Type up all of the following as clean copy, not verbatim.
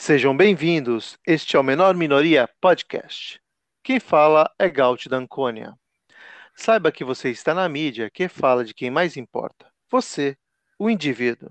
Sejam bem-vindos. Este é o Menor Minoria Podcast. Quem fala é Gaut Dancônia. Saiba que você está na mídia que fala de quem mais importa. Você, o indivíduo.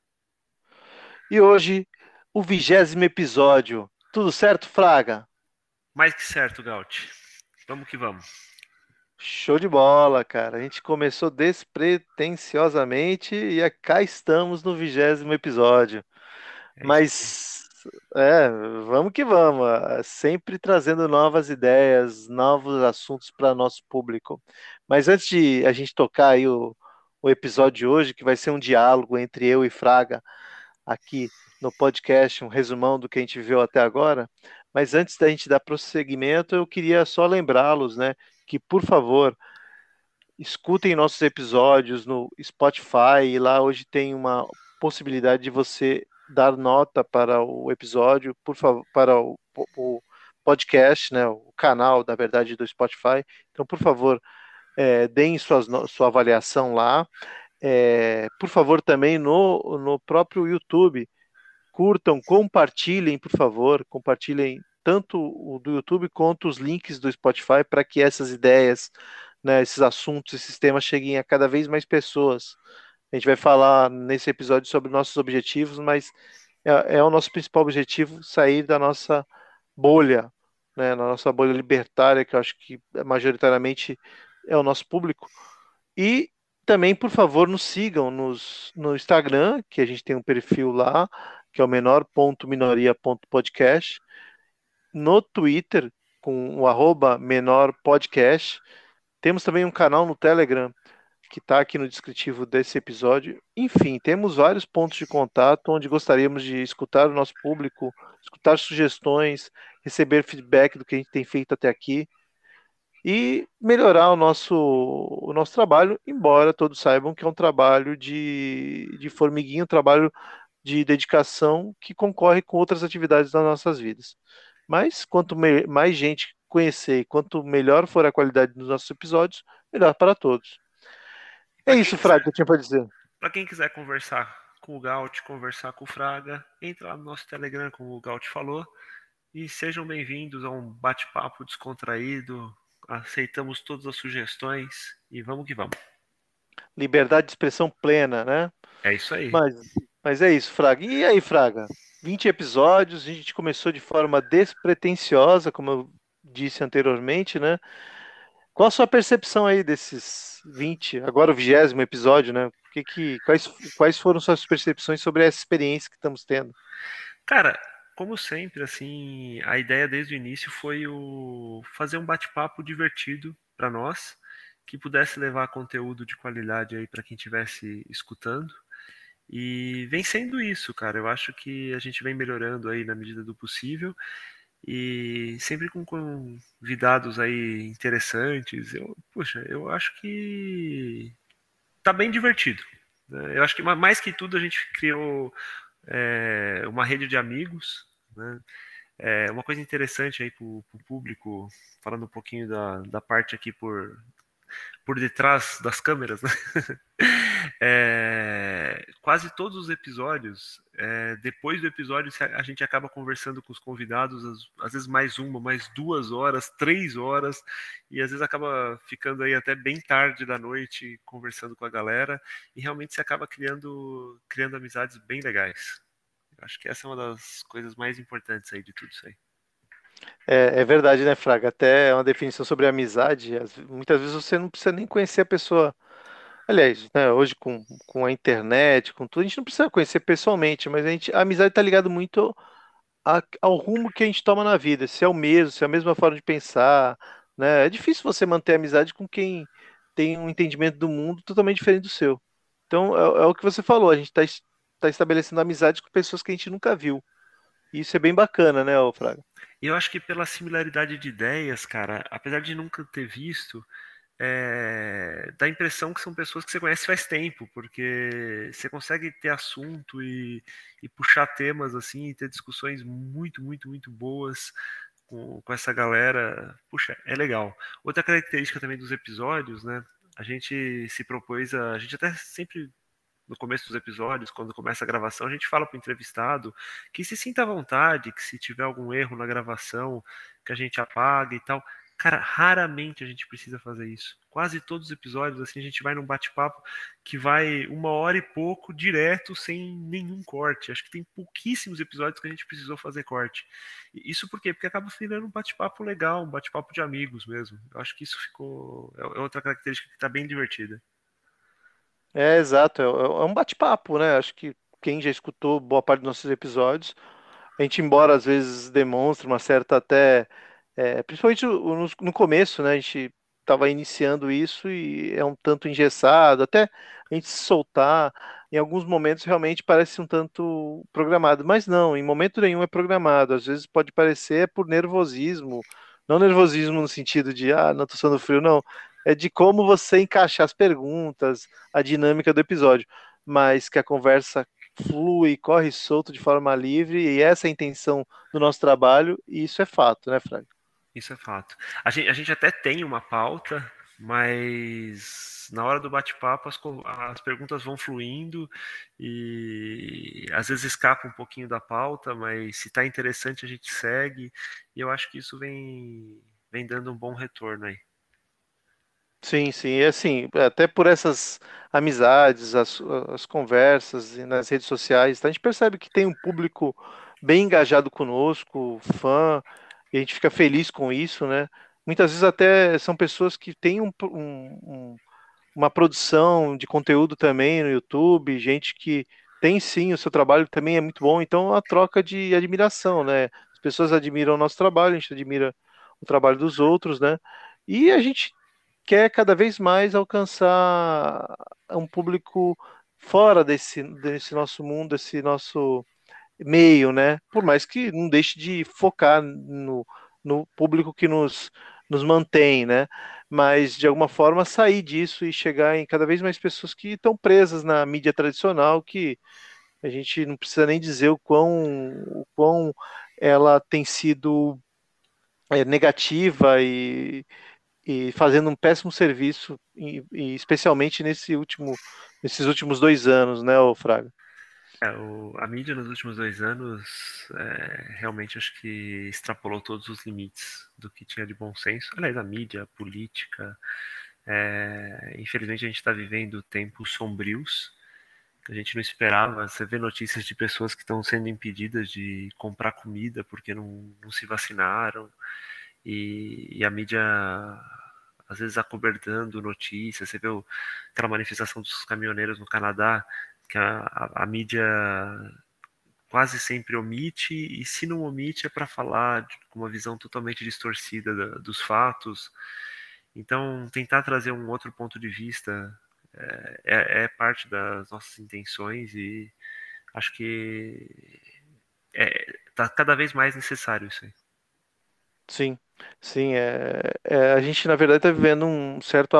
E hoje, o 20º episódio. Tudo certo, Fraga? Mais que certo, Gaut. Vamos que vamos. Show de bola, cara. A gente começou despretensiosamente e cá estamos no 20º episódio. É isso aí. Mas vamos que vamos, sempre trazendo novas ideias, novos assuntos para nosso público. Mas antes de a gente tocar aí o episódio de hoje, que vai ser um diálogo entre eu e Fraga aqui no podcast, um resumão do que a gente viu até agora. Mas antes da gente dar prosseguimento, eu queria só lembrá-los, né, que por favor escutem nossos episódios no Spotify, e lá hoje tem uma possibilidade de você dar nota para o episódio, por favor, para o podcast, né, o canal, na verdade, do Spotify. Então, por favor, deem sua avaliação lá. Por favor, também no próprio YouTube, curtam, compartilhem, por favor, compartilhem tanto o do YouTube quanto os links do Spotify para que essas ideias, né, esses assuntos, esses temas cheguem a cada vez mais pessoas. A gente vai falar nesse episódio sobre nossos objetivos, mas é o nosso principal objetivo sair da nossa bolha, né, na nossa bolha libertária, que eu acho que majoritariamente é o nosso público. E também, por favor, nos sigam no Instagram, que a gente tem um perfil lá, que é o menor.minoria.podcast. No Twitter, com o arroba menorpodcast. Temos também um canal no Telegram, que está aqui no descritivo desse episódio. Enfim, temos vários pontos de contato onde gostaríamos de escutar o nosso público, escutar sugestões, receber feedback do que a gente tem feito até aqui e melhorar o nosso trabalho, embora todos saibam que é um trabalho de formiguinha, um trabalho de dedicação que concorre com outras atividades das nossas vidas. Mas quanto mais gente conhecer, quanto melhor for a qualidade dos nossos episódios, melhor para todos. É Para quem isso, Fraga, quiser, que eu tinha para dizer. para quem quiser conversar com o Gaut, conversar com o Fraga, entra lá no nosso Telegram, como o Gaut falou, e sejam bem-vindos a um bate-papo descontraído. Aceitamos todas as sugestões e vamos que vamos. Liberdade de expressão plena, né? É isso aí. Mas, mas é isso, Fraga. E aí, Fraga? 20 episódios, a gente começou de forma despretensiosa, como eu disse anteriormente, né? Qual a sua percepção aí desses 20, agora o 20º episódio, né? Quais foram suas percepções sobre essa experiência que estamos tendo? Cara, como sempre, assim, a ideia desde o início foi o fazer um bate-papo divertido para nós, que pudesse levar conteúdo de qualidade aí para quem estivesse escutando. E vem sendo isso, cara. Eu acho que a gente vem melhorando aí na medida do possível e sempre com convidados aí interessantes. Puxa, eu acho que tá bem divertido, né? Eu acho que mais que tudo a gente criou uma rede de amigos, né? Uma coisa interessante aí para o público, falando um pouquinho da parte aqui por detrás das câmeras, né? Quase todos os episódios, depois do episódio, a gente acaba conversando com os convidados, às vezes mais uma, mais 2 horas, 3 horas, e às vezes acaba ficando aí até bem tarde da noite conversando com a galera, e realmente se acaba criando amizades bem legais. Eu acho que essa é uma das coisas mais importantes aí de tudo isso aí. É verdade, né, Fraga? Até uma definição sobre amizade. Muitas vezes você não precisa nem conhecer a pessoa. Aliás, né, hoje com a internet, com tudo, a gente não precisa conhecer pessoalmente, mas a amizade está ligada muito ao rumo que a gente toma na vida, se é o mesmo, se é a mesma forma de pensar, né? É difícil você manter amizade com quem tem um entendimento do mundo totalmente diferente do seu. Então, é o que você falou, a gente está estabelecendo amizade com pessoas que a gente nunca viu. E isso é bem bacana, né, ô Fraga? E eu acho que pela similaridade de ideias, cara, apesar de nunca ter visto, dá a impressão que são pessoas que você conhece faz tempo, porque você consegue ter assunto e puxar temas assim, e ter discussões muito, muito, muito boas com essa galera. Puxa, é legal. Outra característica também dos episódios, né? A gente se propôs a gente até sempre no começo dos episódios, quando começa a gravação, a gente fala para o entrevistado que se sinta à vontade, que se tiver algum erro na gravação, que a gente apague e tal. Cara, raramente a gente precisa fazer isso. Quase todos os episódios, assim, a gente vai num bate-papo que vai 1 hora e pouco direto, sem nenhum corte. Acho que tem pouquíssimos episódios que a gente precisou fazer corte. Isso por quê? Porque acaba virando um bate-papo legal, um bate-papo de amigos mesmo. Eu acho que isso ficou. É outra característica que está bem divertida. É, exato, é um bate-papo, né? Acho que quem já escutou boa parte dos nossos episódios, a gente, embora às vezes demonstre uma certa até, principalmente no começo, né? A gente estava iniciando isso e é um tanto engessado, até a gente se soltar, em alguns momentos realmente parece um tanto programado, mas não, em momento nenhum é programado. Às vezes pode parecer por nervosismo, não nervosismo no sentido de, não tô suando frio, não. É de como você encaixar as perguntas, a dinâmica do episódio, mas que a conversa flui, corre solto de forma livre, e essa é a intenção do nosso trabalho, e isso é fato, né, Frank? Isso é fato. A gente até tem uma pauta, mas na hora do bate-papo as perguntas vão fluindo e às vezes escapa um pouquinho da pauta, mas se está interessante a gente segue. E eu acho que isso vem dando um bom retorno aí. Sim, sim, e assim, até por essas amizades, as conversas e nas redes sociais, tá? A gente percebe que tem um público bem engajado conosco, fã, e a gente fica feliz com isso, né? Muitas vezes até são pessoas que têm uma produção de conteúdo também no YouTube, gente que tem sim, o seu trabalho também é muito bom, então é uma troca de admiração, né? As pessoas admiram o nosso trabalho, a gente admira o trabalho dos outros, né? E a gente quer cada vez mais alcançar um público fora desse nosso mundo, desse nosso meio, né? Por mais que não deixe de focar no público que nos mantém, né? Mas de alguma forma sair disso e chegar em cada vez mais pessoas que estão presas na mídia tradicional, que a gente não precisa nem dizer o quão ela tem sido negativa e fazendo um péssimo serviço, e especialmente nesses últimos 2 anos, né, ô Fraga? A mídia nos últimos 2 anos realmente acho que extrapolou todos os limites do que tinha de bom senso. Aliás, a mídia, a política. Infelizmente a gente está vivendo tempos sombrios que a gente não esperava. Você vê notícias de pessoas que estão sendo impedidas de comprar comida porque não se vacinaram e a mídia às vezes acobertando notícias. Você vê aquela manifestação dos caminhoneiros no Canadá que a mídia quase sempre omite, e se não omite é para falar com uma visão totalmente distorcida dos fatos. Então, tentar trazer um outro ponto de vista é parte das nossas intenções e acho que tá cada vez mais necessário isso aí. Sim, sim, a gente na verdade está vivendo um certo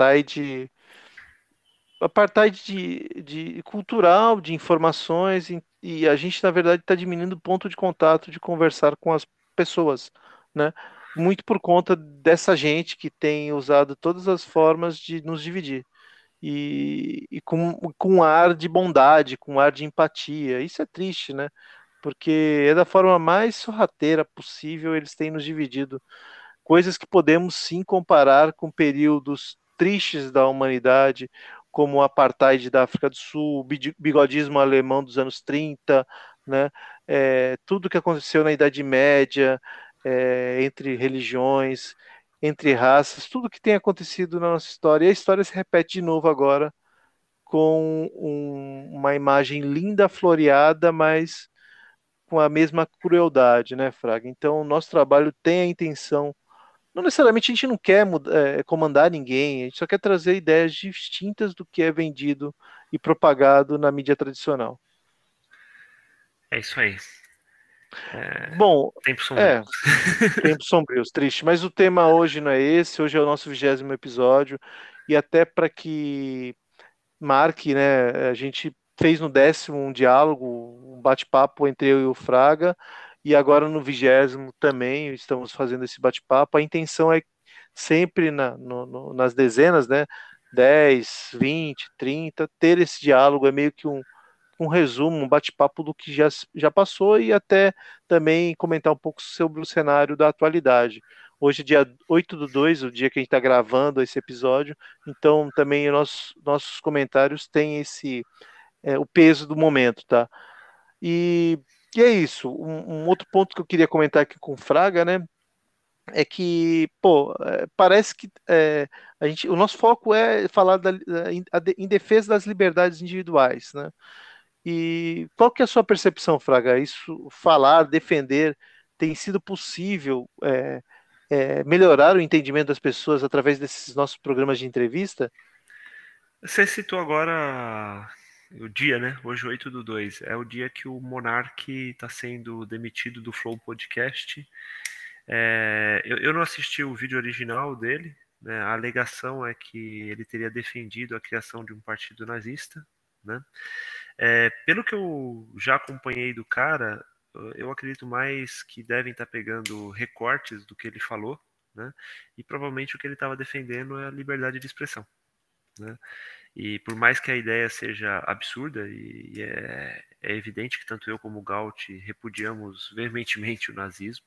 apartheid de cultural, de informações, e a gente na verdade está diminuindo o ponto de contato de conversar com as pessoas, né? Muito por conta dessa gente que tem usado todas as formas de nos dividir. E com um ar de bondade, com um ar de empatia. Isso é triste, né? Porque é da forma mais sorrateira possível eles têm nos dividido. Coisas que podemos sim comparar com períodos tristes da humanidade, como o apartheid da África do Sul, o bigodismo alemão dos anos 30, né? Tudo que aconteceu na Idade Média, entre religiões, entre raças, tudo que tem acontecido na nossa história. E a história se repete de novo agora com uma imagem linda, floreada, mas com a mesma crueldade, né, Fraga? Então, o nosso trabalho tem a intenção. Não necessariamente a gente não quer comandar ninguém, a gente só quer trazer ideias distintas do que é vendido e propagado na mídia tradicional. É isso aí. Bom, Tempo sombrio. é, tempos sombrios, triste, mas o tema hoje não é esse, hoje é o nosso 20º episódio, e até para que marque, né? A gente fez no 10º um diálogo, um bate-papo entre eu e o Fraga, e agora no 20º também estamos fazendo esse bate-papo. A intenção é sempre nas dezenas, né? 10, 20, 30, ter esse diálogo é meio que um resumo, um bate-papo do que já passou e até também comentar um pouco sobre o cenário da atualidade. Hoje, dia 8/2, o dia que a gente está gravando esse episódio, então também nossos comentários têm o peso do momento, tá? E, e é isso. Um outro ponto que eu queria comentar aqui com o Fraga, né? É que, pô, parece que o nosso foco é falar em defesa das liberdades individuais, né? E qual que é a sua percepção, Fraga? Isso, falar, defender, tem sido possível melhorar o entendimento das pessoas através desses nossos programas de entrevista? Você citou agora o dia, né? Hoje, 8/2. É o dia que o Monark está sendo demitido do Flow Podcast. Eu não assisti o vídeo original dele, né? A alegação é que ele teria defendido a criação de um partido nazista, né? Pelo que eu já acompanhei do cara, eu acredito mais que devem estar pegando recortes do que ele falou, né? E provavelmente o que ele estava defendendo é a liberdade de expressão, né? E por mais que a ideia seja absurda, e é evidente que tanto eu como o Gaut repudiamos veementemente o nazismo,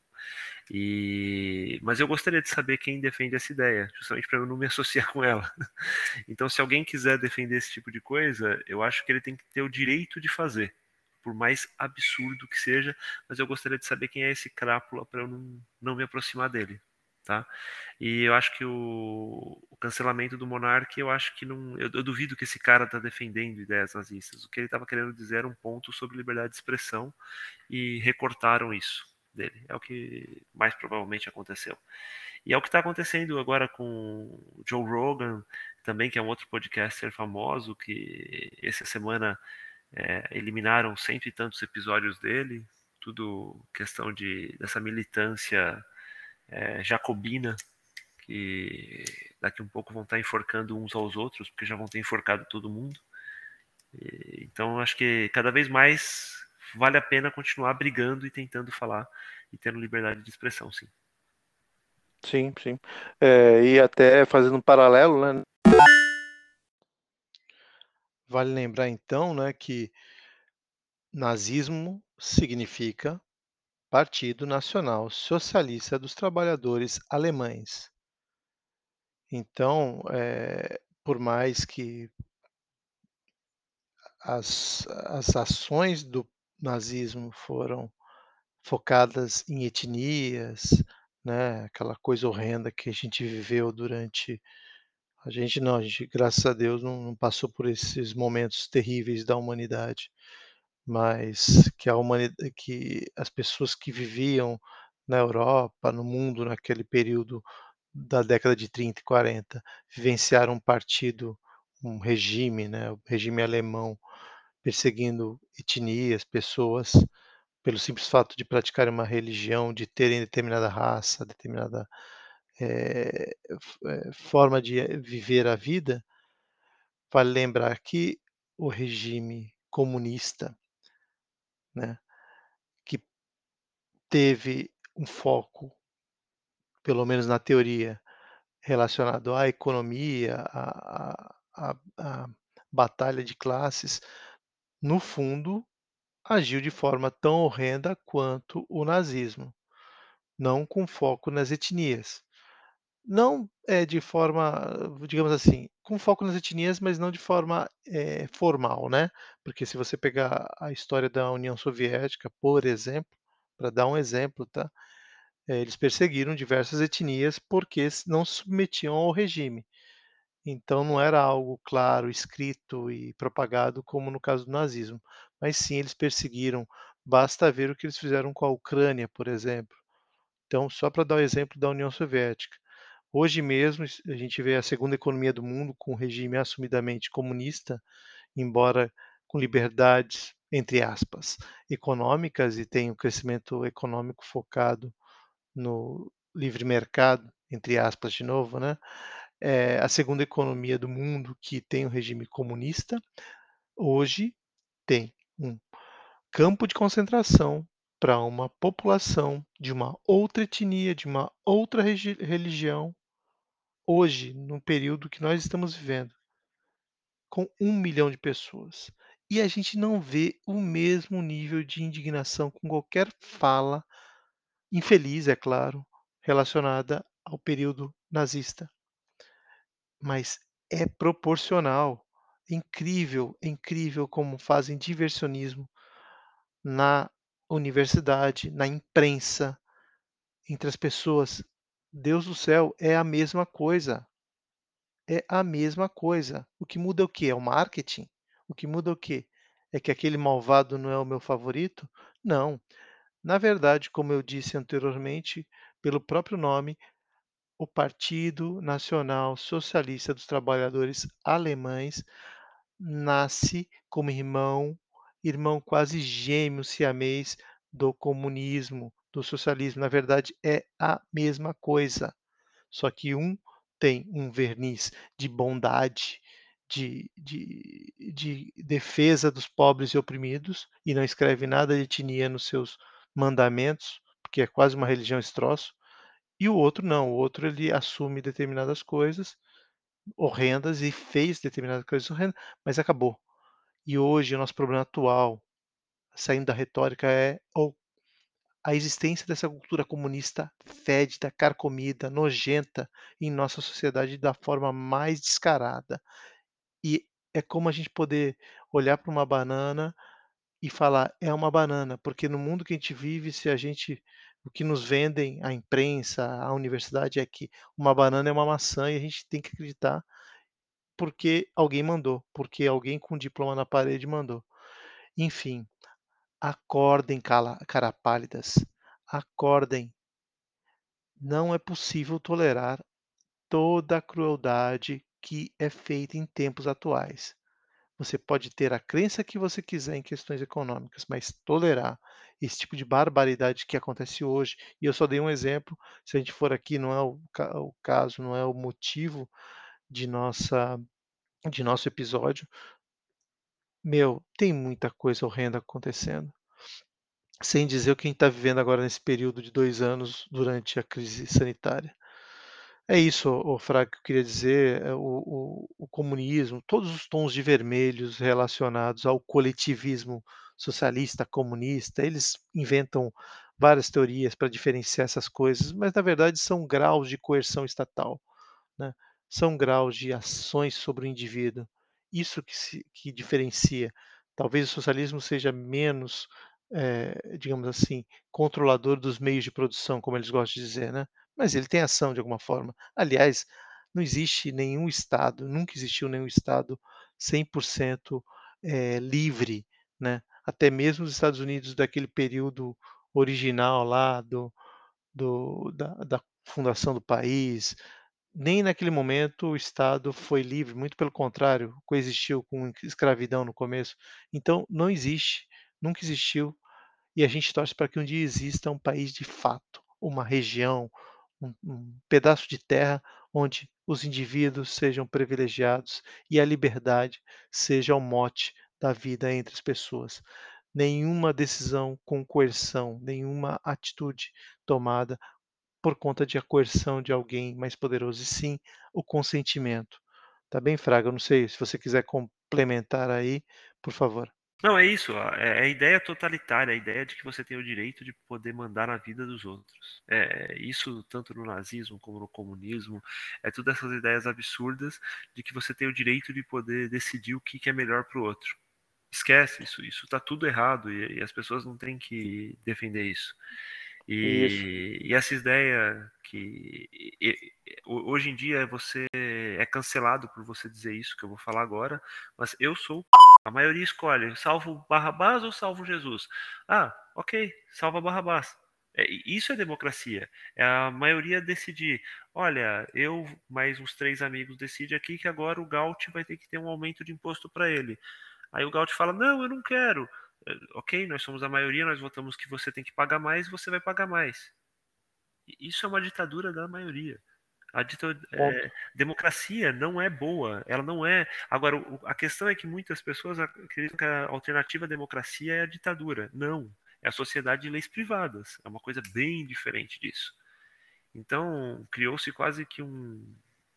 mas eu gostaria de saber quem defende essa ideia, justamente para eu não me associar com ela. Então, se alguém quiser defender esse tipo de coisa, eu acho que ele tem que ter o direito de fazer, por mais absurdo que seja, mas eu gostaria de saber quem é esse crápula para eu não me aproximar dele, tá? E eu acho que o cancelamento do Monark, eu acho que não. Eu duvido que esse cara tá defendendo ideias nazistas. O que ele estava querendo dizer era um ponto sobre liberdade de expressão e recortaram isso dele. É o que mais provavelmente aconteceu. E é o que está acontecendo agora com o Joe Rogan, também, que é um outro podcaster famoso, que essa semana eliminaram cento e tantos episódios dele, tudo questão dessa militância jacobina, que daqui um pouco vão estar enforcando uns aos outros, porque já vão ter enforcado todo mundo. Então, acho que cada vez mais vale a pena continuar brigando e tentando falar e tendo liberdade de expressão, sim. Sim, sim. E até fazendo um paralelo, né? Vale lembrar então, né, que nazismo significa Partido Nacional Socialista dos Trabalhadores Alemães. Então, por mais que as ações do nazismo foram focadas em etnias, né, aquela coisa horrenda que a gente viveu durante. A gente não, a gente, graças a Deus, não passou por esses momentos terríveis da humanidade, mas que as pessoas que viviam na Europa, no mundo, naquele período da década de 30 e 40, vivenciaram um partido, um regime, né, o regime alemão, perseguindo etnias, pessoas, pelo simples fato de praticarem uma religião, de terem determinada raça, determinada forma de viver a vida. Vale lembrar que o regime comunista, né, que teve um foco, pelo menos na teoria, relacionado à economia, à batalha de classes, no fundo, agiu de forma tão horrenda quanto o nazismo, não com foco nas etnias. Não, de forma, digamos assim, com foco nas etnias, mas não de forma, formal, né. Porque se você pegar a história da União Soviética, por exemplo, para dar um exemplo, tá, eles perseguiram diversas etnias porque não se submetiam ao regime. Então não era algo claro, escrito e propagado como no caso do nazismo, mas sim eles perseguiram. Basta ver o que eles fizeram com a Ucrânia, por exemplo. Então, só para dar o exemplo da União Soviética. Hoje mesmo a gente vê a segunda economia do mundo com um regime assumidamente comunista, embora com liberdades, entre aspas, econômicas, e tem um crescimento econômico focado no livre mercado, entre aspas de novo, né. A segunda economia do mundo que tem um regime comunista, hoje tem um campo de concentração para uma população de uma outra etnia, de uma outra religião, hoje, no período que nós estamos vivendo. com 1 milhão de pessoas. E a gente não vê o mesmo nível de indignação com qualquer fala infeliz, é claro, relacionada ao período nazista, mas é proporcional. É incrível como fazem diversionismo na universidade, na imprensa, entre as pessoas. Deus do céu, é a mesma coisa. É a mesma coisa. O que muda é o quê? É o marketing? O que muda é o quê? É que aquele malvado não é o meu favorito? Não. Na verdade, como eu disse anteriormente, pelo próprio nome, o Partido Nacional Socialista dos Trabalhadores Alemães nasce como irmão quase gêmeo siamês do comunismo, do socialismo. Na verdade, é a mesma coisa. Só que um tem um verniz de bondade, de defesa dos pobres e oprimidos, e não escreve nada de etnia nos seus mandamentos, porque é quase uma religião esse troço, e o outro não, o outro ele assume determinadas coisas horrendas e fez determinadas coisas horrendas, mas acabou. E hoje o nosso problema atual, saindo da retórica, é a existência dessa cultura comunista fédida, carcomida, nojenta em nossa sociedade da forma mais descarada. E é como a gente poder olhar para uma banana e falar: "É uma banana", porque no mundo que a gente vive, se a gente o que nos vendem, a imprensa, a universidade, é que uma banana é uma maçã e a gente tem que acreditar, porque alguém mandou, porque alguém com diploma na parede mandou. Enfim, acordem cara pálidas, acordem. Não é possível tolerar toda a crueldade que é feita em tempos atuais. Você pode ter a crença que você quiser em questões econômicas, mas tolerar esse tipo de barbaridade que acontece hoje, e eu só dei um exemplo, se a gente for aqui, não é o caso, não é o motivo de nosso episódio. Meu, tem muita coisa horrenda acontecendo. Sem dizer o que a gente está vivendo agora nesse período de 2 anos durante a crise sanitária. É isso, Fraga, que eu queria dizer, o comunismo, todos os tons de vermelhos relacionados ao coletivismo socialista, comunista, eles inventam várias teorias para diferenciar essas coisas, mas na verdade são graus de coerção estatal, né, são graus de ações sobre o indivíduo. Isso que diferencia. Talvez o socialismo seja menos, digamos assim, controlador dos meios de produção, como eles gostam de dizer, né, mas ele tem ação de alguma forma. Aliás, não existe nenhum estado, nunca existiu nenhum estado 100% livre, né. Até mesmo os Estados Unidos daquele período original lá da fundação do país, nem naquele momento o Estado foi livre, muito pelo contrário, coexistiu com escravidão no começo. Então não existe, nunca existiu, e a gente torce para que um dia exista um país de fato, uma região, um pedaço de terra onde os indivíduos sejam privilegiados e a liberdade seja o mote da vida entre as pessoas. Nenhuma decisão com coerção, nenhuma atitude tomada por conta de a coerção de alguém mais poderoso, e sim o consentimento. Tá bem, Fraga? Eu não sei se você quiser complementar aí, por favor. Não, é isso, é a ideia totalitária, a ideia de que você tem o direito de poder mandar na vida dos outros. Isso tanto no nazismo como no comunismo, é todas essas ideias absurdas de que você tem o direito de poder decidir o que é melhor para o outro. Esquece isso tá tudo errado e as pessoas não têm que defender isso. Isso, E essa ideia que hoje em dia você é cancelado por você dizer isso que eu vou falar agora, mas eu sou a maioria escolhe, salvo Barrabás ou salvo Jesus? Ah, ok, salva Barrabás. Isso é democracia. É a maioria decidir. Olha, eu mais uns três amigos decidem aqui que agora o Gaut vai ter que ter um aumento de imposto para ele. Aí o Gaut fala: Não, eu não quero. Ok, nós somos a maioria, nós votamos que você tem que pagar mais, você vai pagar mais. Isso é uma ditadura da maioria. ponto. Democracia não é boa, ela não é. Agora, a questão é que muitas pessoas acreditam que a alternativa à democracia é a ditadura. Não, é a sociedade de leis privadas. É uma coisa bem diferente disso. Então, criou-se quase que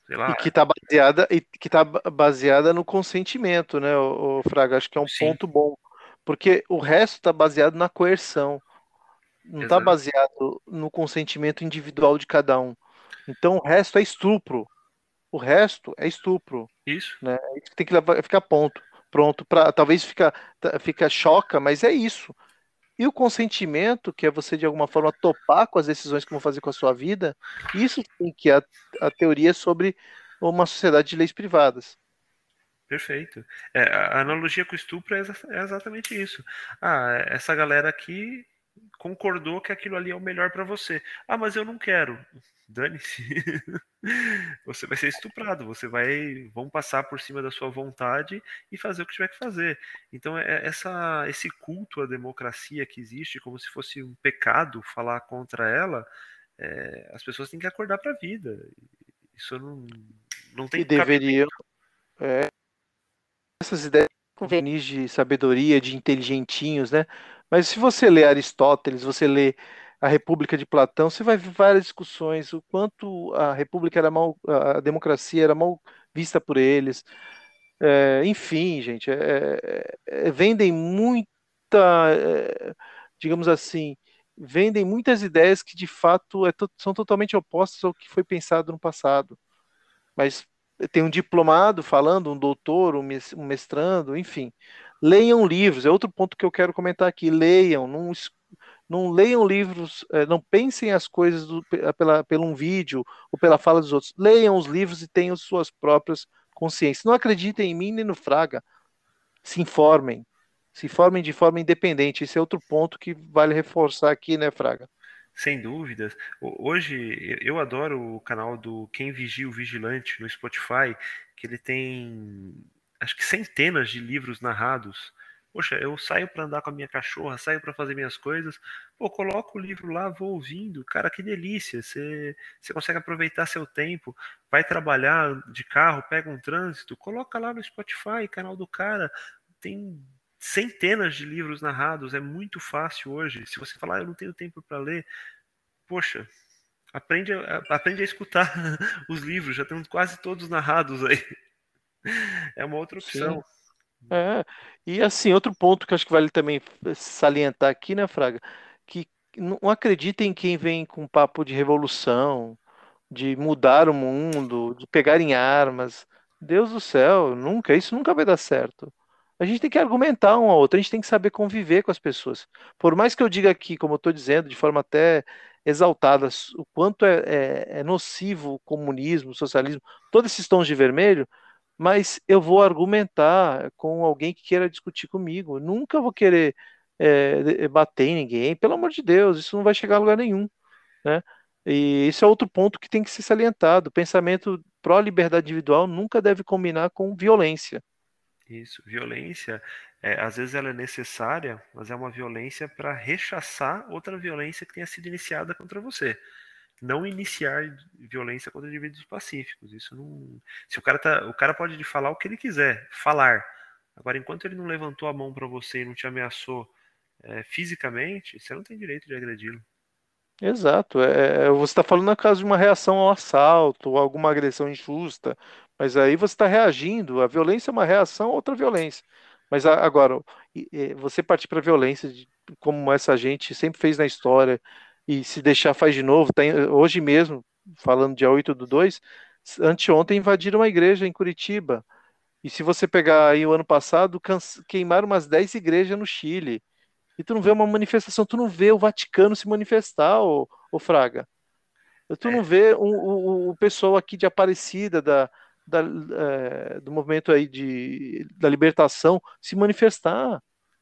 sei E lá, que tá baseada no consentimento, né, o Fraga? Acho que é um sim, ponto bom. Porque o resto está baseado na coerção, não está exato. baseado no consentimento individual de cada um. Então o resto é estupro. O resto é estupro, Isso, né? É isso que tem que ficar pronto para talvez fica choca, mas é isso. E o consentimento, que é você de alguma forma topar com as decisões que vão fazer com a sua vida, isso sim que é a teoria sobre uma sociedade de leis privadas. perfeito. A analogia com o estupro é exatamente isso. Ah, essa galera aqui concordou que aquilo ali é o melhor pra você. Ah, mas eu não quero. Dane-se. Você vai ser estuprado, vão passar por cima da sua vontade e fazer o que tiver que fazer. Então, esse culto à democracia que existe, como se fosse um pecado falar contra ela, as pessoas têm que acordar para a vida. Isso não E tem deveriam, cabimento. essas ideias com verniz de sabedoria, de inteligentinhos, né? Mas se você lê Aristóteles, você lê a República de Platão, você vai ver várias discussões, o quanto a República era mal, a democracia era mal vista por eles. Enfim, gente, vendem muita, digamos assim, vendem muitas ideias que de fato são totalmente opostas ao que foi pensado no passado. Mas tem um diplomado falando, um doutor, um mestrando, enfim. Leiam livros, é outro ponto que eu quero comentar aqui. Leiam, não leiam livros, não pensem as coisas pelo um vídeo ou pela fala dos outros. Leiam os livros e tenham suas próprias consciências. Não acreditem em mim nem no Fraga. Se informem. Se informem de forma independente. Esse é outro ponto que vale reforçar aqui, né, Fraga? Sem dúvidas. Hoje eu adoro o canal do Quem Vigia o Vigilante no Spotify, que ele tem acho que centenas de livros narrados. Poxa, eu saio para andar com a minha cachorra, saio para fazer minhas coisas, pô, coloco o livro lá, vou ouvindo. Cara, que delícia! Você consegue aproveitar seu tempo, vai trabalhar de carro, pega um trânsito, coloca lá no Spotify, canal do cara. Tem centenas de livros narrados, é muito fácil hoje. Se você falar, eu não tenho tempo para ler, poxa, aprende a escutar os livros, já temos quase todos narrados aí. É uma outra Sim. opção. É, e assim, outro ponto que eu acho que vale também salientar aqui, né, Fraga? Que não acreditem em quem vem com papo de revolução, de mudar o mundo, de pegar em armas. Deus do céu, isso nunca vai dar certo. A gente tem que argumentar um ao outro, a gente tem que saber conviver com as pessoas. Por mais que eu diga aqui, como eu estou dizendo, de forma até exaltada, o quanto é nocivo o comunismo, o socialismo, todos esses tons de vermelho, mas eu vou argumentar com alguém que queira discutir comigo. Nunca vou querer bater em ninguém, pelo amor de Deus, isso não vai chegar a lugar nenhum, né? E esse é outro ponto que tem que ser salientado. O pensamento pró-liberdade individual nunca deve combinar com violência. Isso, violência, às vezes ela é necessária, mas é uma violência para rechaçar outra violência que tenha sido iniciada contra você. Não iniciar violência contra indivíduos pacíficos. Isso não. Se o cara pode te falar o que ele quiser, falar. Agora, enquanto ele não levantou a mão para você e não te ameaçou fisicamente, você não tem direito de agredi-lo. Exato. Você está falando no caso de uma reação ao assalto, ou alguma agressão injusta, mas aí você está reagindo. A violência é uma reação a outra violência. Mas agora, você partir para a violência, como essa gente sempre fez na história, e se deixar faz de novo, hoje mesmo, falando dia 8/2, anteontem invadiram uma igreja em Curitiba. E se você pegar aí o ano passado, queimaram umas 10 igrejas no Chile. E tu não vê uma manifestação, tu não vê o Vaticano se manifestar, ô Fraga. Tu não vê o pessoal aqui de Aparecida, do movimento aí da libertação, se manifestar.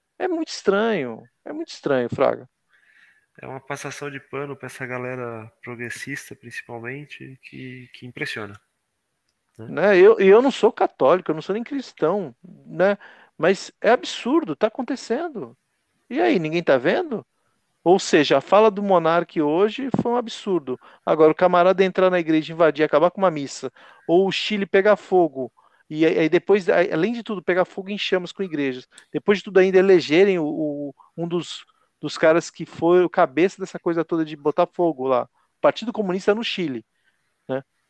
É muito estranho, Fraga. É uma passação de pano para essa galera progressista, principalmente, que impressiona, né? Né? Eu não sou católico, eu não sou nem cristão, né? Mas é absurdo, tá acontecendo. E aí, ninguém tá vendo? Ou seja, a fala do monarca hoje foi um absurdo. Agora, o camarada entrar na igreja, invadir, acabar com uma missa, ou o Chile pegar fogo, e aí depois, além de tudo, pegar fogo em chamas com igrejas, depois de tudo ainda elegerem um dos caras que foi o cabeça dessa coisa toda de botar fogo lá, o Partido Comunista no Chile, né?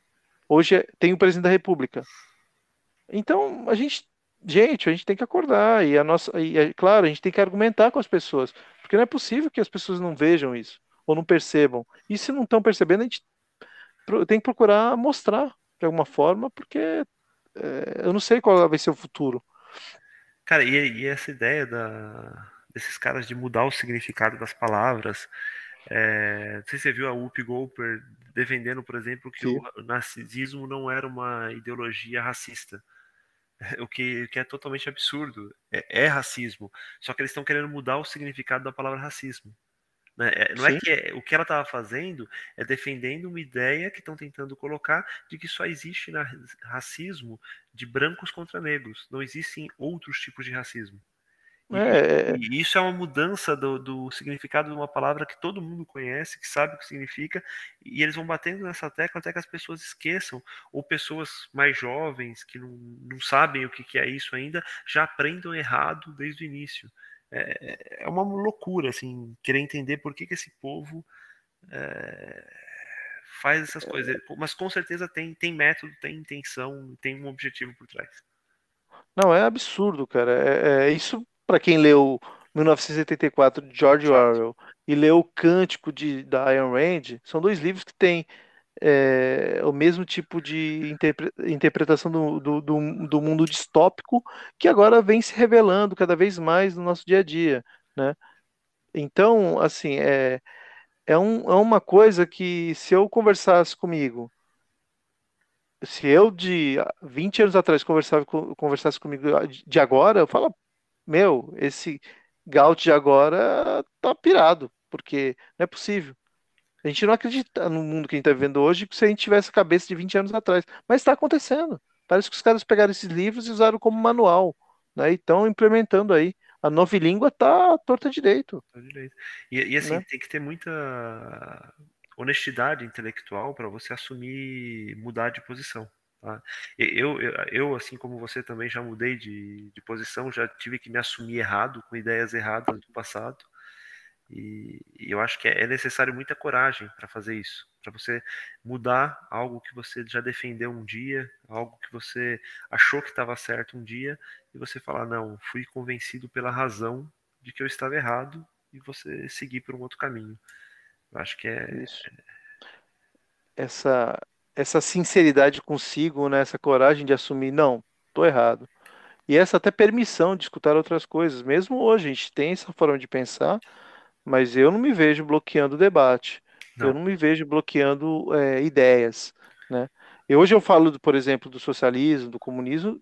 Hoje tem o presidente da República. Então, a gente tem que acordar claro, a gente tem que argumentar com as pessoas, porque não é possível que as pessoas não vejam isso ou não percebam. E se não estão percebendo, a gente tem que procurar mostrar de alguma forma, porque eu não sei qual vai ser o futuro. Cara, e essa ideia desses caras de mudar o significado das palavras, não sei se você viu a Whoopi Goldberg defendendo, por exemplo, que o Sim. narcisismo não era uma ideologia racista, o que é totalmente absurdo. É racismo, só que eles estão querendo mudar o significado da palavra racismo. Né? Não é Sim. que o que ela estava fazendo é defendendo uma ideia que estão tentando colocar de que só existe racismo de brancos contra negros. Não existem outros tipos de racismo. É, E, é, e isso é uma mudança do significado de uma palavra que todo mundo conhece, que sabe o que significa, e eles vão batendo nessa tecla até que as pessoas esqueçam, ou pessoas mais jovens que não sabem o que é isso ainda, já aprendam errado desde o início. É uma loucura, assim, querer entender por que esse povo é, faz essas coisas. Mas com certeza tem método, tem intenção, tem um objetivo por trás. não, é absurdo, cara. Isso para quem leu 1984 de George Exato. Orwell e leu o Cântico da Ayn Rand, são dois livros que têm o mesmo tipo de interpretação do mundo distópico que agora vem se revelando cada vez mais no nosso dia a dia, né? Então, assim, é uma coisa que se eu conversasse comigo, se eu de 20 anos atrás conversasse comigo de agora, eu falo, meu, esse Gaut de agora tá pirado, porque não é possível. A gente não acredita no mundo que a gente está vivendo hoje se a gente tivesse a cabeça de 20 anos atrás. Mas está acontecendo. Parece que os caras pegaram esses livros e usaram como manual, né? E estão implementando aí. A nova língua tá torta direito, Tá direito. E assim, né? tem que ter muita honestidade intelectual para você assumir mudar de posição. Tá? Assim como você, também já mudei de posição, já tive que me assumir errado, com ideias erradas do passado. E eu acho que é necessário muita coragem para fazer isso, para você mudar algo que você já defendeu um dia, algo que você achou que estava certo um dia, e você falar, não, fui convencido pela razão de que eu estava errado, e você seguir por um outro caminho. Eu acho que Isso. Essa, essa sinceridade consigo, né? Essa coragem de assumir, não, tô errado. E essa até permissão de escutar outras coisas. Mesmo hoje, a gente tem essa forma de pensar. Mas eu não me vejo bloqueando o debate. Eu não, não me vejo bloqueando ideias, né? Hoje eu falo, por exemplo, do socialismo, do comunismo,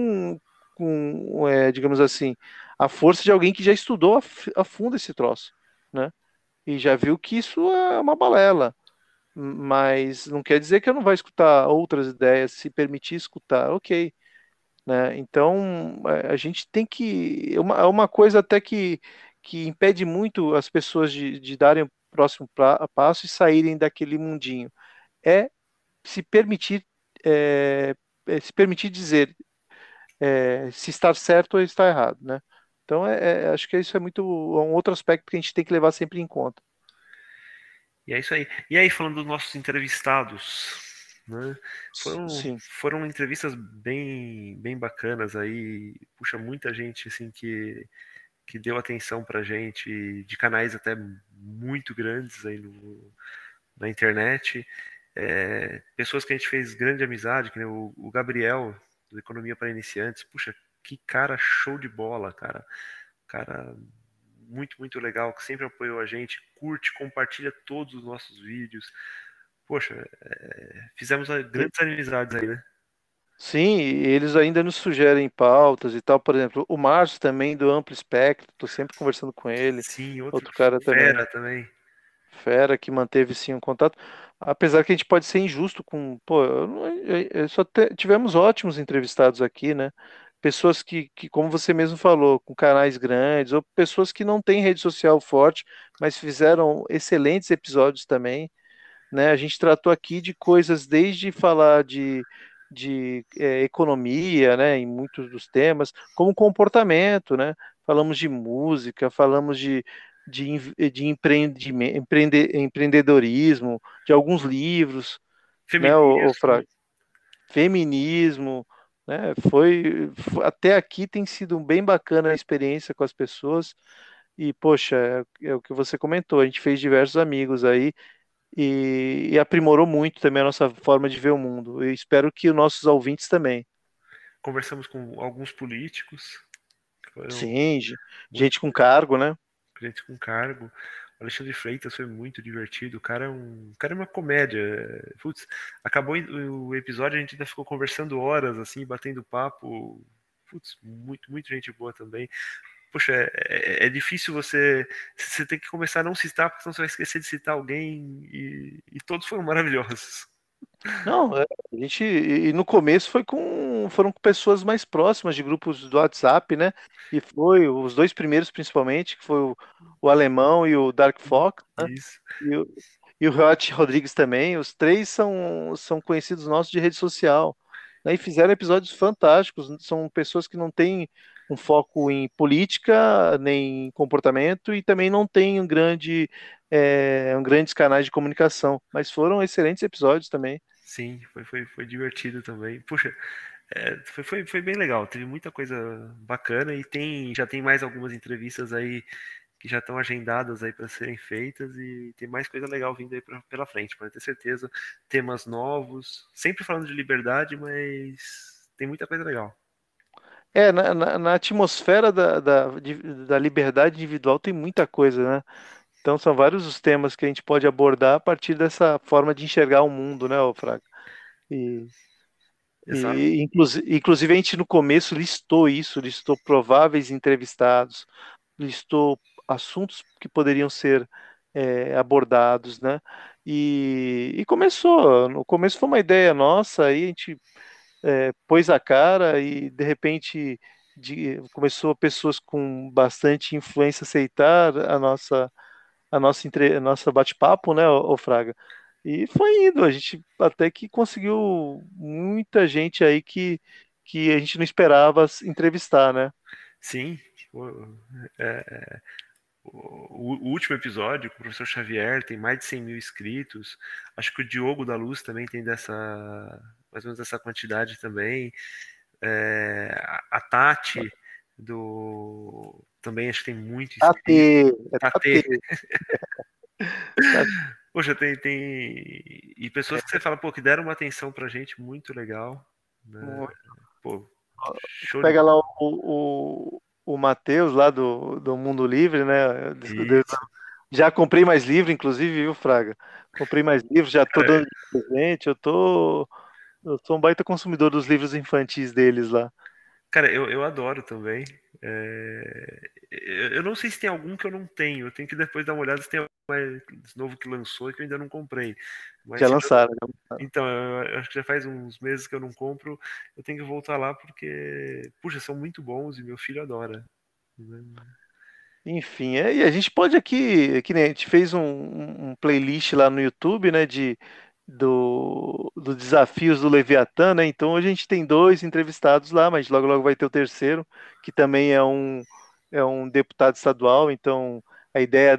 digamos assim, a força de alguém que já estudou a fundo esse troço, né? E já viu que isso é uma balela. Mas não quer dizer que eu não vou escutar outras ideias, se permitir escutar, ok, né? Então, a gente tem que. É uma coisa até que impede muito as pessoas de darem o próximo passo e saírem daquele mundinho. É se permitir, se permitir dizer se estar certo ou estar errado, né? Então, acho que isso é um outro aspecto que a gente tem que levar sempre em conta. e é isso aí. E aí, falando dos nossos entrevistados, né? Sim, Foram entrevistas bem bacanas aí, puxa, muita gente assim que deu atenção pra gente, de canais até muito grandes aí na internet. Pessoas que a gente fez grande amizade, que nem o Gabriel, do Economia para Iniciantes. Puxa, que cara show de bola, cara. Cara muito legal, que sempre apoiou a gente, curte, compartilha todos os nossos vídeos. Poxa, fizemos e- grandes amizades aí, né? sim, e eles ainda nos sugerem pautas e tal. Por exemplo, o Márcio também do Amplo Espectro, estou sempre conversando com ele. Sim, outro Outro cara também. fera também. Fera que manteve sim um contato, apesar que a gente pode ser injusto com, pô, eu não- tivemos ótimos entrevistados aqui, né? Pessoas como você mesmo falou, com canais grandes, ou pessoas que não têm rede social forte, mas fizeram excelentes episódios também, né? A gente tratou aqui de coisas desde falar de economia, né, em muitos dos temas, como comportamento, né? Falamos de música, falamos de empreendedorismo, de alguns livros, né, Feminismo. Fraga? feminismo, né? Até aqui tem sido bem bacana a experiência com as pessoas. E, poxa, é o que você comentou, a gente fez diversos amigos aí e aprimorou muito também a nossa forma de ver o mundo. Eu espero que os nossos ouvintes também. Conversamos com alguns políticos, que foram Sim, muito gente com cargo, né? gente com cargo. O Alexandre Freitas foi muito divertido. O cara é uma comédia. Putz, acabou o episódio, a gente ainda ficou conversando horas, assim, batendo papo. Putz, muito gente boa também. Poxa, é difícil você tem que começar a não citar, porque senão você vai esquecer de citar alguém, e todos foram maravilhosos. Não, e no começo foram com pessoas mais próximas de grupos do WhatsApp, né? E foi os dois primeiros principalmente, que foi o Alemão e o Dark Fox, né? Isso. E o, e o Riot Rodrigues também. Os três são conhecidos nossos de rede social, né? E fizeram episódios fantásticos. São pessoas que não têm um foco em política nem em comportamento e também não têm grandes canais de comunicação, mas foram excelentes episódios também. Sim, foi divertido também. Puxa, foi bem legal. Teve muita coisa bacana e já tem mais algumas entrevistas aí que já estão agendadas aí para serem feitas e tem mais coisa legal vindo aí pela frente, pode ter certeza. Temas novos, sempre falando de liberdade, mas tem muita coisa legal. Na atmosfera da liberdade individual tem muita coisa, né? Então são vários os temas que a gente pode abordar a partir dessa forma de enxergar o mundo, né, ô Fraga? E, Exato. inclusive a gente no começo listou isso, listou prováveis entrevistados, listou assuntos que poderiam ser abordados, né? E começou, no começo foi uma ideia nossa, aí a gente pôs a cara e de repente começou pessoas com bastante influência aceitar a nossa bate-papo, né, ô Fraga? E foi indo, a gente até que conseguiu muita gente aí que a gente não esperava entrevistar, né? Sim, o, o último episódio com o professor Xavier tem mais de 100 mil inscritos. Acho que o Diogo da Luz também tem mais ou menos essa quantidade também. A Tati também acho que tem muito AT, inscrito. AT, Tate, poxa, e pessoas que você fala, pô, que deram uma atenção pra gente muito legal, né? Pô, show de pega lá o Matheus lá do Mundo Livre, né? isso. Já comprei mais livro, inclusive, viu, Fraga? Comprei mais livros, já tô Cara, dando de presente, eu sou um baita consumidor dos livros infantis deles lá. cara, eu adoro também. Eu não sei se tem algum que eu não tenho. Eu tenho que depois dar uma olhada se tem algum mais novo que lançou que eu ainda não comprei. Mas Já se lançaram. então, eu acho que já faz uns meses que eu não compro. Eu tenho que voltar lá porque, puxa, são muito bons e meu filho adora, né? Enfim, e a gente pode aqui, que nem a gente fez um playlist lá no YouTube, né, do Desafios do Leviatã, né? Então hoje a gente tem dois entrevistados lá, mas logo logo vai ter o terceiro, que também é um deputado estadual. Então a ideia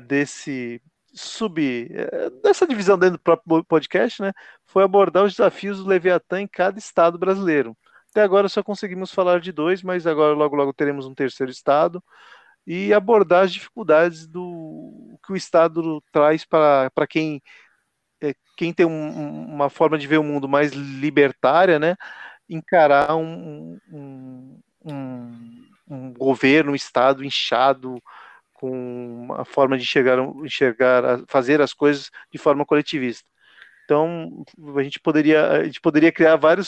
dessa divisão dentro do próprio podcast, né, foi abordar os desafios do Leviatã em cada estado brasileiro. Até agora só conseguimos falar de dois, mas agora logo logo teremos um terceiro estado e abordar as dificuldades do que o Estado traz para quem tem uma forma de ver o mundo mais libertária, né? Encarar um governo, um Estado inchado com uma forma de fazer as coisas de forma coletivista. Então, a gente poderia criar vários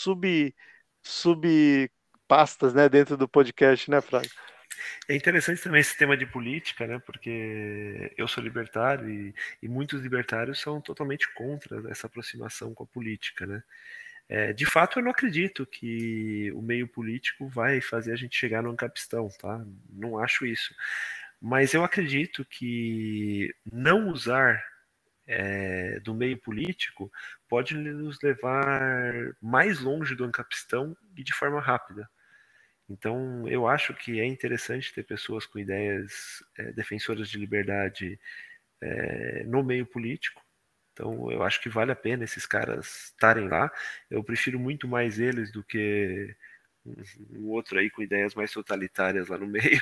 sub pastas, né, dentro do podcast, né, Fraga? É interessante também esse tema de política, né? Porque eu sou libertário e muitos libertários são totalmente contra essa aproximação com a política, né? De fato, eu não acredito que o meio político vai fazer a gente chegar no ancapistão, tá? Não acho isso. Mas eu acredito que não usar do meio político pode nos levar mais longe do ancapistão e de forma rápida. Então, eu acho que é interessante ter pessoas com ideias defensoras de liberdade no meio político, Então eu acho que vale a pena esses caras estarem lá. Eu prefiro muito mais eles do que um outro aí com ideias mais totalitárias lá no meio.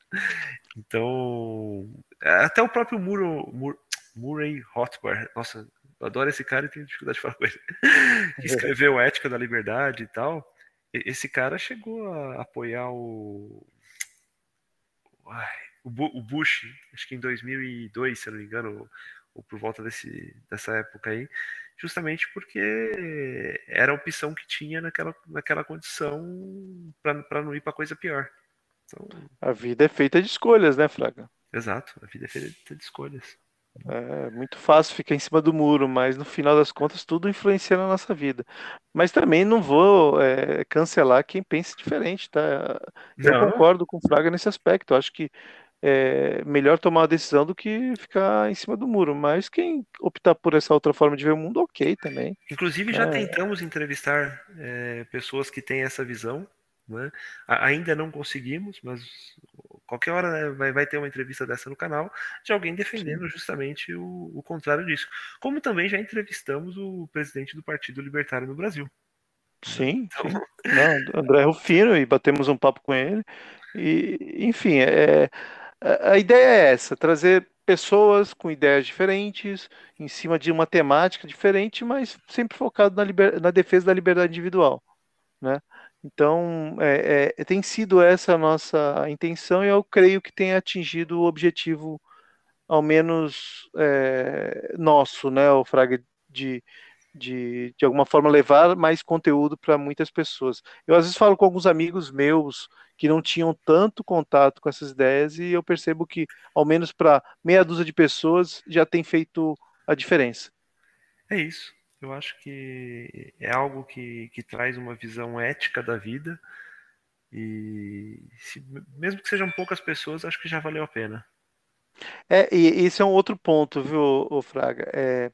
Então, até o próprio Murray Rothbard, nossa, eu adoro esse cara e tenho dificuldade de falar com ele, que escreveu Ética da Liberdade e tal. Esse cara chegou a apoiar ai, o Bush, acho que em 2002, se eu não me engano, ou por volta dessa época aí, justamente porque era a opção que tinha naquela condição para não ir para coisa pior. Então, A vida é feita de escolhas, né, Fraga? exato, a vida é feita de escolhas. É muito fácil ficar em cima do muro, mas no final das contas tudo influencia na nossa vida. Mas também não vou cancelar quem pense diferente, tá? Eu Não, concordo com o Fraga nesse aspecto. Eu acho que é melhor tomar uma decisão do que ficar em cima do muro. Mas quem optar por essa outra forma de ver o mundo, ok também, inclusive já né? tentamos entrevistar pessoas que têm essa visão, né? Ainda não conseguimos, mas qualquer hora, né, vai ter uma entrevista dessa no canal de alguém Sim, defendendo justamente o contrário disso. Como também já entrevistamos o presidente do Partido Libertário no Brasil, né? sim, Então, sim. Não, André Rufino, e batemos um papo com ele. E, enfim, a ideia é essa, trazer pessoas com ideias diferentes, em cima de uma temática diferente, mas sempre focado na defesa da liberdade individual, né? Então, tem sido essa a nossa intenção e eu creio que tem atingido o objetivo, ao menos nosso, né, o Fraga, de, de alguma forma levar mais conteúdo para muitas pessoas. Eu às vezes falo com alguns amigos meus que não tinham tanto contato com essas ideias e eu percebo que, ao menos para meia dúzia de pessoas, já tem feito a diferença. é isso. Eu acho que é algo que traz uma visão ética da vida e mesmo que sejam poucas pessoas, acho que já valeu a pena. E esse é um outro ponto, viu, ô Fraga?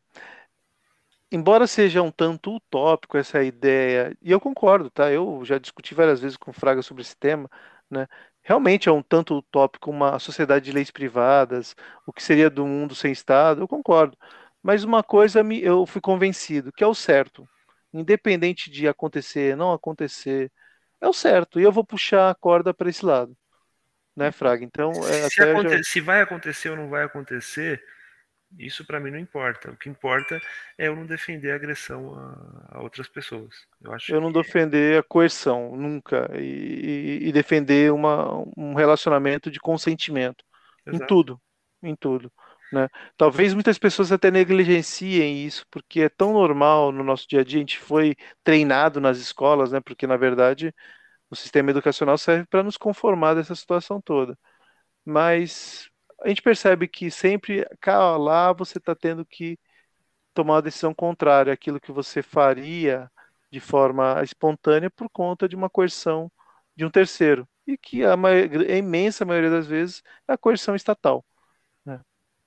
Embora seja um tanto utópico essa ideia, e eu concordo, tá? Eu já discuti várias vezes com o Fraga sobre esse tema, né? Realmente é um tanto utópico uma sociedade de leis privadas, o que seria do mundo sem Estado, eu concordo. Mas uma coisa eu fui convencido, que é o certo. Independente de acontecer, não acontecer, é o certo. E eu vou puxar a corda para esse lado, né, Fraga? Então, até já. Se vai acontecer ou não vai acontecer, isso para mim não importa. O que importa é eu não defender a agressão a outras pessoas. Eu acho Eu não que defender a coerção, nunca. E defender um relacionamento de consentimento. Em exato. tudo. Em tudo. Né? Talvez muitas pessoas até negligenciem isso, porque é tão normal no nosso dia a dia, a gente foi treinado nas escolas, né? Porque, na verdade, o sistema educacional serve para nos conformar dessa situação toda. Mas a gente percebe que sempre, cá lá, você está tendo que tomar uma decisão contrária àquilo que você faria de forma espontânea por conta de uma coerção de um terceiro. E que a imensa maioria das vezes é a coerção estatal. Né?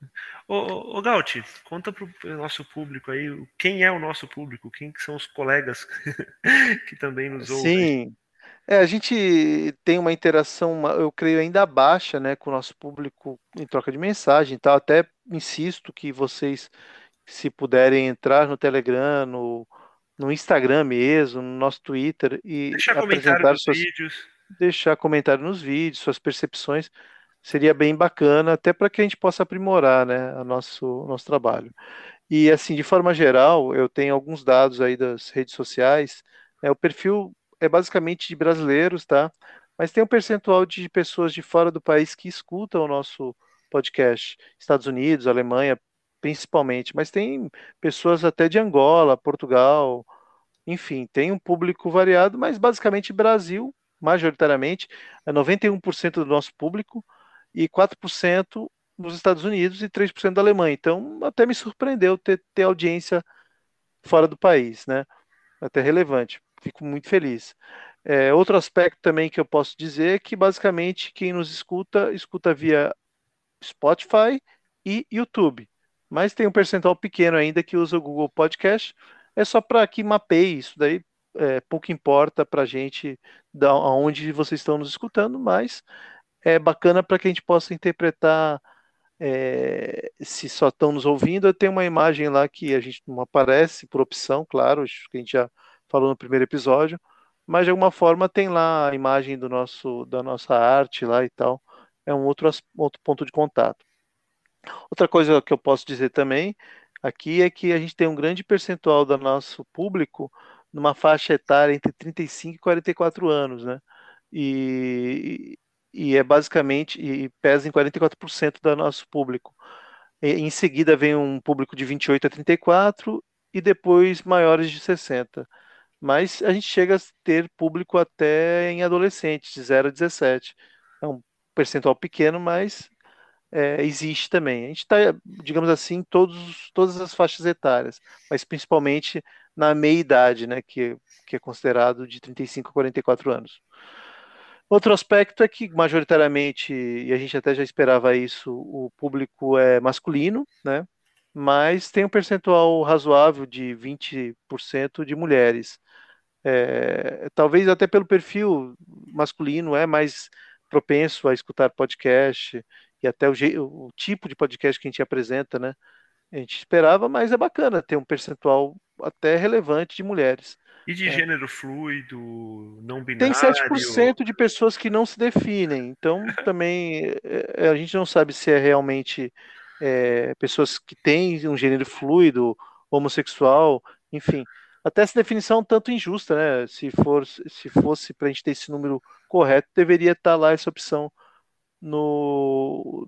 Ô Gauti, conta pro nosso público aí quem é o nosso público, quem que são os colegas que também nos ouvem. Sim, a gente tem uma interação, eu creio, ainda baixa, né, com o nosso público em troca de mensagem, e tal. Até insisto que vocês, se puderem entrar no Telegram, no Instagram mesmo, no nosso Twitter e Deixar comentário apresentar nos suas, vídeos. deixar comentário nos vídeos, suas percepções, seria bem bacana, até para que a gente possa aprimorar, né, nosso trabalho. E assim, de forma geral, eu tenho alguns dados aí das redes sociais, né, o perfil é basicamente de brasileiros, tá? Mas tem um percentual de pessoas de fora do país que escutam o nosso podcast, Estados Unidos, Alemanha, principalmente, mas tem pessoas até de Angola, Portugal, enfim, tem um público variado, mas basicamente Brasil, majoritariamente, é 91% do nosso público e 4% nos Estados Unidos e 3% da Alemanha. Então, até me surpreendeu ter audiência fora do país, né? Até relevante. Fico muito feliz. Outro aspecto também que eu posso dizer é que, basicamente, quem nos escuta, escuta via Spotify e YouTube. Mas tem um percentual pequeno ainda que usa o Google Podcast. É só para que mapeie isso daí. Pouco importa para a gente da onde vocês estão nos escutando, mas é bacana para que a gente possa interpretar se só estão nos ouvindo, tem uma imagem lá que a gente não aparece por opção, claro, acho que a gente já falou no primeiro episódio, mas de alguma forma tem lá a imagem da nossa arte lá e tal. É um outro ponto de contato. Outra coisa que eu posso dizer também aqui é que a gente tem um grande percentual do nosso público numa faixa etária entre 35 e 44 anos, né? E, e é basicamente, e pesa em 44% do nosso público. Em seguida vem um público de 28 a 34 e depois maiores de 60. Mas a gente chega a ter público até em adolescentes, de 0 a 17. É um percentual pequeno, mas existe também. A gente está, digamos assim, em todas as faixas etárias, mas principalmente na meia-idade, né, que é considerado de 35 a 44 anos. Outro aspecto é que, majoritariamente, e a gente até já esperava isso, o público é masculino, né, mas tem um percentual razoável de 20% de mulheres. Talvez até pelo perfil masculino é mais propenso a escutar podcast e até o tipo de podcast que a gente apresenta, né? A gente esperava, mas é bacana ter um percentual até relevante de mulheres, E de né? gênero fluido, não Tem sete por binário. cento de pessoas que não se definem, então também a gente não sabe se é realmente pessoas que têm um gênero fluido, homossexual, enfim. Até essa definição é um tanto injusta, né? Se fosse para a gente ter esse número correto, deveria estar lá essa opção no,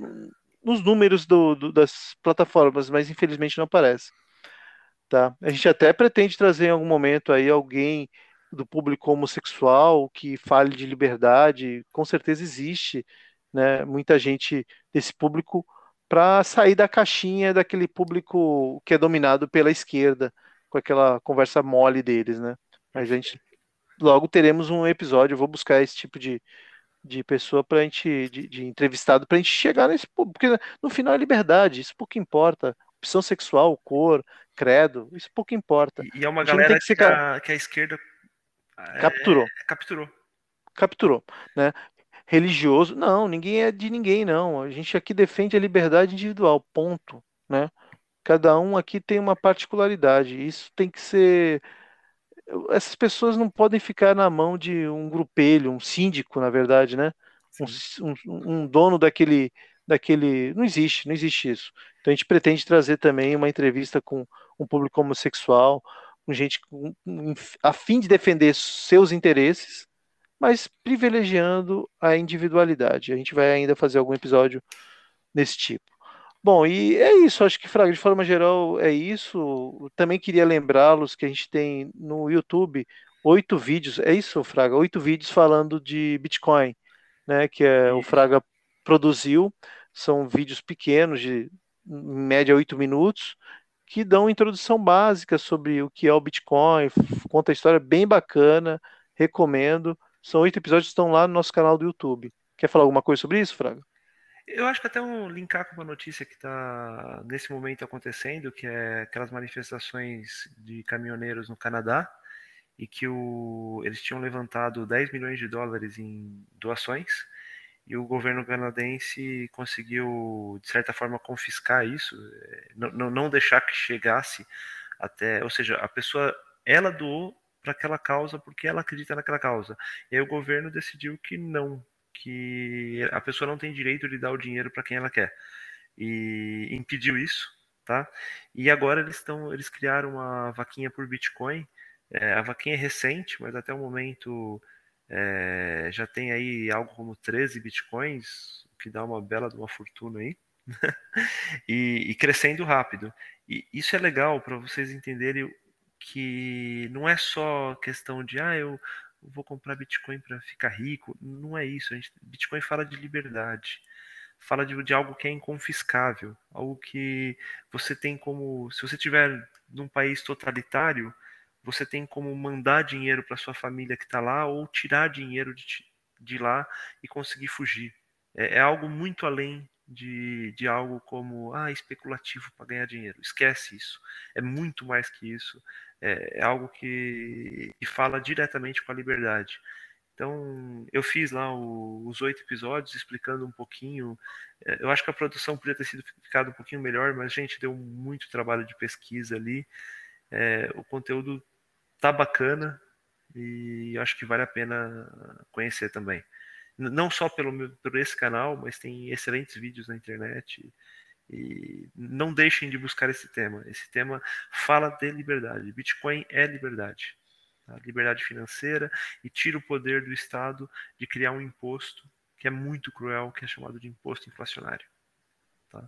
nos números das plataformas, mas infelizmente não aparece. Tá? A gente até pretende trazer em algum momento aí alguém do público homossexual que fale de liberdade, com certeza existe, né, muita gente desse público para sair da caixinha daquele público que é dominado pela esquerda, com aquela conversa mole deles, né? Mas a gente Perfeito. logo teremos um episódio, eu vou buscar esse tipo de pessoa para a gente, de entrevistado, para a gente chegar nesse público, porque no final é liberdade, isso pouco importa. Opção sexual, cor, credo, isso pouco importa. E é uma A gente não tem galera que ser que a esquerda capturou, capturou. capturou, né? Religioso, não, ninguém é de ninguém, não. A gente aqui defende a liberdade individual, ponto, né? Cada um aqui tem uma particularidade. Isso tem que ser. Essas pessoas não podem ficar na mão de um grupelho, um síndico, na verdade, né? Um, Sim. um dono daquele. Não existe isso. Então a gente pretende trazer também uma entrevista com um público homossexual, com gente a fim de defender seus interesses, mas privilegiando a individualidade. A gente vai ainda fazer algum episódio nesse tipo. Bom, e é isso, acho que, Fraga, de forma geral, é isso. Eu também queria lembrá-los que a gente tem no YouTube 8 vídeos, é isso, Fraga? 8 vídeos falando de Bitcoin, né? Que o Isso. Fraga produziu. São vídeos pequenos, de em média 8 minutos, que dão introdução básica sobre o que é o Bitcoin, conta a história bem bacana, recomendo. São 8 episódios que estão lá no nosso canal do YouTube. Quer falar alguma coisa sobre isso, Fraga? Eu acho que até um linkar com uma notícia que está nesse momento acontecendo, que é aquelas manifestações de caminhoneiros no Canadá, e que eles tinham levantado 10 milhões de dólares em doações, e o governo canadense conseguiu, de certa forma, confiscar isso, não deixar que chegasse até. Ou seja, a pessoa, ela doou para aquela causa porque ela acredita naquela causa. E aí o governo decidiu que não, que a pessoa não tem direito de dar o dinheiro para quem ela quer. E impediu isso, tá? E agora eles criaram uma vaquinha por Bitcoin. A vaquinha é recente, mas até o momento já tem aí algo como 13 Bitcoins, o que dá uma bela de uma fortuna aí, e crescendo rápido. E isso é legal para vocês entenderem que não é só questão de eu vou comprar Bitcoin para ficar rico. Não é isso. Bitcoin fala de liberdade, fala de algo que é inconfiscável, algo que você tem como, se você tiver num país totalitário, você tem como mandar dinheiro para sua família que está lá ou tirar dinheiro de lá e conseguir fugir. É algo muito além de algo como especulativo para ganhar dinheiro. Esquece isso. É muito mais que isso. É algo que fala diretamente com a liberdade. Então, eu fiz lá os 8 episódios explicando um pouquinho. Eu acho que a produção podia ter sido ficado um pouquinho melhor, mas a gente deu muito trabalho de pesquisa ali. O conteúdo tá bacana e acho que vale a pena conhecer também. Não só por esse canal, mas tem excelentes vídeos na internet. E não deixem de buscar esse tema. Esse tema fala de liberdade. Bitcoin é liberdade. Tá? Liberdade financeira e tira o poder do Estado de criar um imposto que é muito cruel, que é chamado de imposto inflacionário. Tá?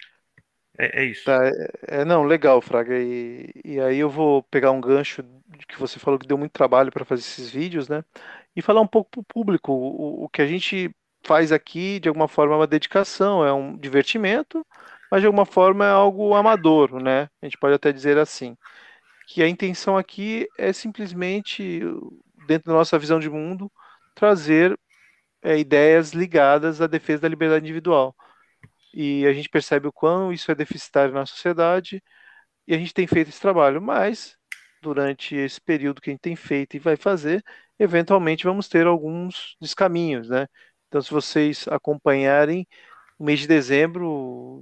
É isso. Tá, não, legal, Fraga. E aí eu vou pegar um gancho de que você falou que deu muito trabalho para fazer esses vídeos, né? E falar um pouco para o público. O que a gente faz aqui, de alguma forma, é uma dedicação, é um divertimento, mas de alguma forma é algo amador, né? A gente pode até dizer assim, que a intenção aqui é simplesmente, dentro da nossa visão de mundo, trazer ideias ligadas à defesa da liberdade individual. E a gente percebe o quão isso é deficitário na sociedade e a gente tem feito esse trabalho, mas durante esse período que a gente tem feito e vai fazer, eventualmente vamos ter alguns descaminhos, né? Então, se vocês acompanharem o mês de dezembro,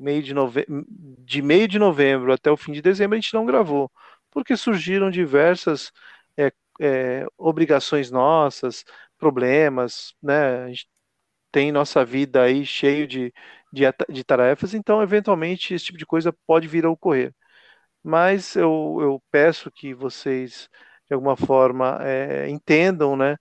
meio de novembro até o fim de dezembro, a gente não gravou, porque surgiram diversas é, obrigações nossas, problemas, né? A gente tem nossa vida aí cheio de tarefas, então, eventualmente, esse tipo de coisa pode vir a ocorrer. Mas eu peço que vocês, de alguma forma, entendam, né?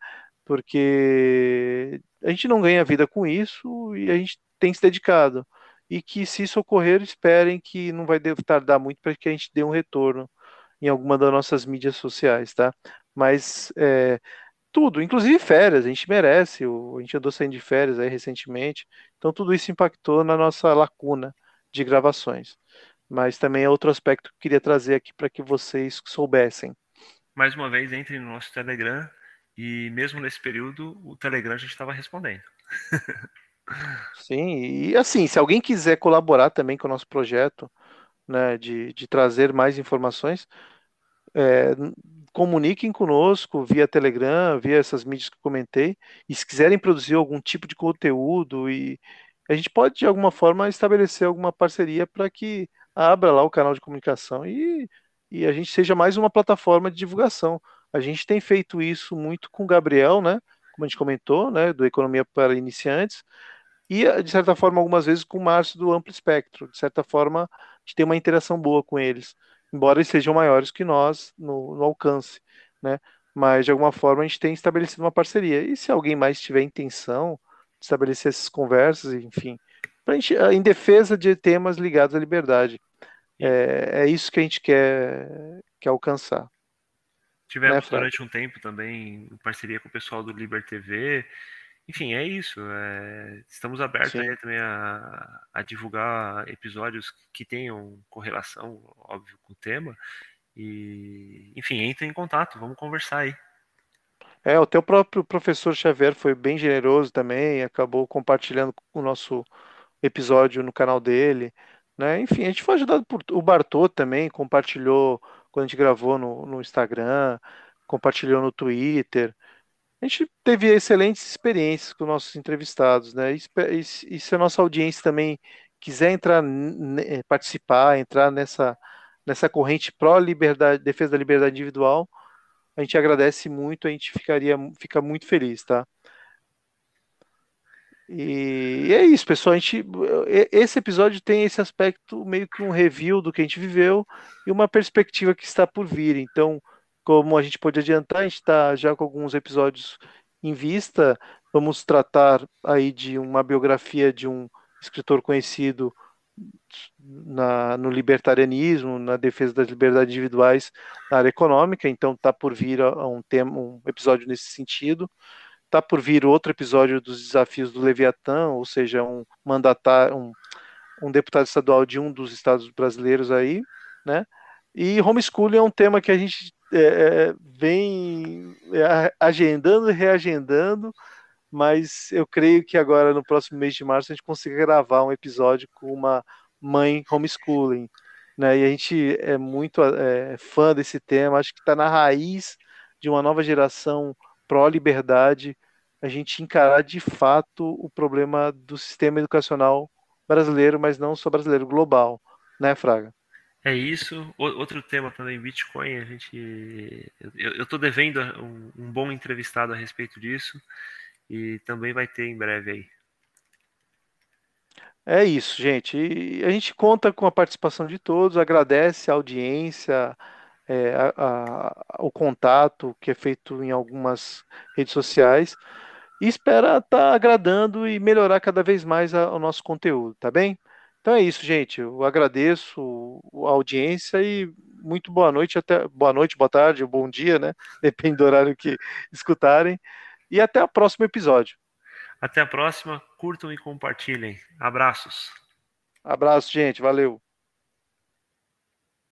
Porque a gente não ganha vida com isso e a gente tem se dedicado. E que, se isso ocorrer, esperem que não vai tardar muito para que a gente dê um retorno em alguma das nossas mídias sociais, tá? Mas tudo, inclusive férias, a gente merece. A gente andou saindo de férias aí recentemente, então tudo isso impactou na nossa lacuna de gravações. Mas também é outro aspecto que eu queria trazer aqui para que vocês soubessem. Mais uma vez, entre no nosso Telegram e mesmo nesse período, o Telegram a gente estava respondendo. Sim, e assim, se alguém quiser colaborar também com o nosso projeto, né, de trazer mais informações, é, comuniquem conosco via Telegram, via essas mídias que eu comentei, e se quiserem produzir algum tipo de conteúdo, e a gente pode de alguma forma estabelecer alguma parceria para que abra lá o canal de comunicação e a gente seja mais uma plataforma de divulgação. A gente tem feito isso muito com o Gabriel, né? Como a gente comentou, né? Do Economia para Iniciantes, e, de certa forma, algumas vezes com o Márcio do Amplo Espectro. De certa forma, a gente tem uma interação boa com eles, embora eles sejam maiores que nós no alcance, né? Mas, de alguma forma, a gente tem estabelecido uma parceria. E se alguém mais tiver intenção de estabelecer essas conversas, enfim, pra gente, em defesa de temas ligados à liberdade, E é isso que a gente quer alcançar, né, tivemos Fraga? durante um tempo também em parceria com o pessoal do Liber TV. Enfim, é isso. Estamos abertos Sim. aí também a divulgar episódios que tenham correlação, óbvio, com o tema. E, enfim, entrem em contato, vamos conversar aí. O teu próprio professor Xavier foi bem generoso também, acabou compartilhando o nosso episódio no canal dele, né? Enfim, a gente foi ajudado por o Bartô também, compartilhou quando a gente gravou no Instagram, compartilhou no Twitter. A gente teve excelentes experiências com nossos entrevistados, né? E se a nossa audiência também quiser entrar, participar, entrar nessa corrente pró-liberdade, defesa da liberdade individual, a gente agradece muito, a gente fica muito feliz, tá? E é isso, pessoal. Esse episódio tem esse aspecto meio que um review do que a gente viveu e uma perspectiva que está por vir. Então, como a gente pode adiantar, a gente está já com alguns episódios em vista. Vamos tratar aí de uma biografia de um escritor conhecido no libertarianismo, na defesa das liberdades individuais na área econômica. Então, está por vir um tema, um episódio nesse sentido. Tá por vir outro episódio dos desafios do Leviatã, ou seja, um deputado estadual de um dos estados brasileiros aí, né? E homeschooling é um tema que a gente vem agendando e reagendando, mas eu creio que agora, no próximo mês de março, a gente consiga gravar um episódio com uma mãe homeschooling, né? E a gente é muito fã desse tema, acho que está na raiz de uma nova geração pró-liberdade, a gente encarar de fato o problema do sistema educacional brasileiro, mas não só brasileiro, global, né, Fraga? É isso. Outro tema também, Bitcoin, a gente, eu tô devendo um bom entrevistado a respeito disso e também vai ter em breve aí. É isso, gente. E a gente conta com a participação de todos, agradece a audiência, o contato que é feito em algumas redes sociais e espera estar agradando e melhorar cada vez mais o nosso conteúdo, tá bem? Então é isso, gente. Eu agradeço a audiência e muito boa noite, boa tarde, bom dia, né? Depende do horário que escutarem. E até o próximo episódio. Até a próxima, curtam e compartilhem. Abraços. Abraço, gente. Valeu.